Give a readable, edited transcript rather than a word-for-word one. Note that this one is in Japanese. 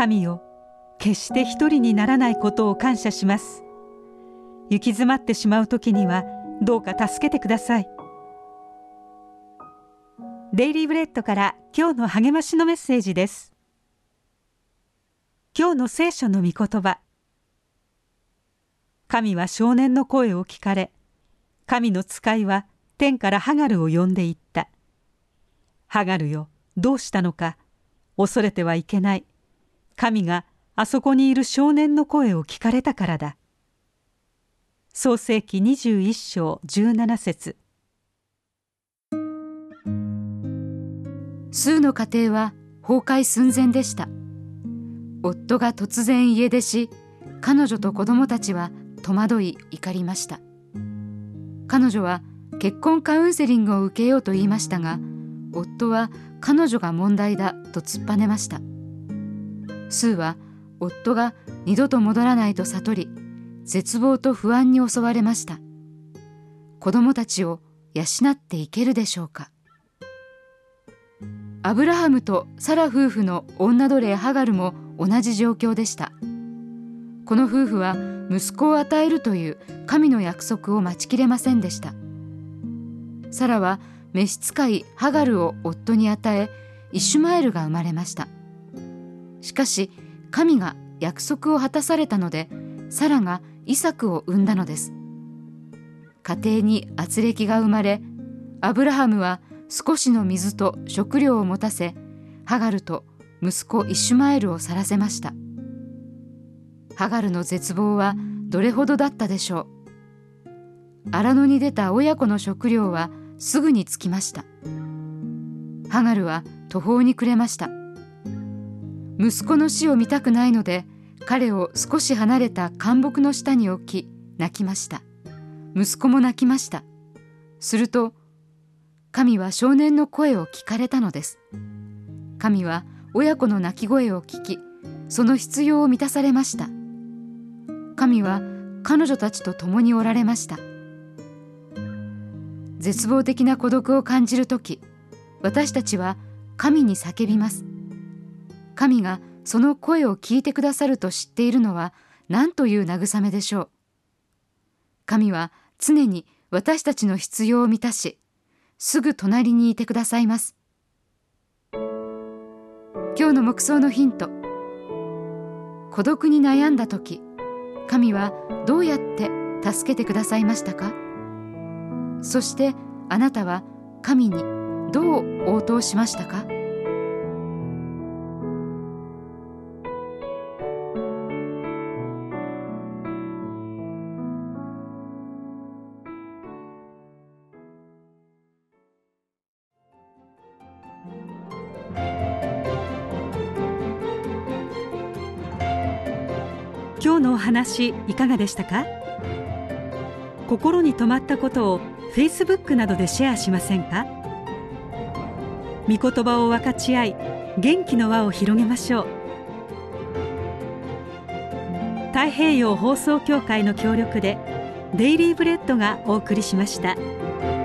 神よ、決して一人にならないことを感謝します。行き詰まってしまう時にはどうか助けてください。デイリーブレッドから今日の励ましのメッセージです。今日の聖書の御言葉。神は少年の声を聞かれ、神の使いは天からハガルを呼んでいった。ハガルよ、どうしたのか。恐れてはいけない。神があそこにいる少年の声を聞かれたからだ。創世記21章17節。 スーの家庭は崩壊寸前でした。夫が突然家出し、彼女と子供たちは戸惑い怒りました。彼女は結婚カウンセリングを受けようと言いましたが、夫は彼女が問題だと突っぱねました。スーは夫が二度と戻らないと悟り、絶望と不安に襲われました。子供たちを養っていけるでしょうか。アブラハムとサラ夫婦の女奴隷ハガルも同じ状況でした。この夫婦は息子を与えるという神の約束を待ちきれませんでした。サラは召使いハガルを夫に与え、イシュマエルが生まれました。しかし神が約束を果たされたので、サラがイサクを産んだのです。家庭に軋轢が生まれ、アブラハムは少しの水と食料を持たせ、ハガルと息子イシュマエルを去らせました。ハガルの絶望はどれほどだったでしょう。荒野に出た親子の食料はすぐに尽きました。ハガルは途方に暮れました。息子の死を見たくないので、彼を少し離れた灌木の下に置き泣きました。息子も泣きました。すると神は少年の声を聞かれたのです。神は親子の泣き声を聞き、その必要を満たされました。神は彼女たちと共におられました。絶望的な孤独を感じるとき、私たちは神に叫びます。神がその声を聞いてくださると知っているのは何という慰めでしょう。神は常に私たちの必要を満たし、すぐ隣にいてくださいます。今日の黙想のヒント。孤独に悩んだとき、神はどうやって助けてくださいましたか？そしてあなたは神にどう応答しましたか？ 今日のお話いかがでしたか？心に留まったことを Facebook などでシェアしませんか？御言葉を分かち合い、元気の輪を広げましょう。太平洋放送協会の協力でデイリーブレッドがお送りしました。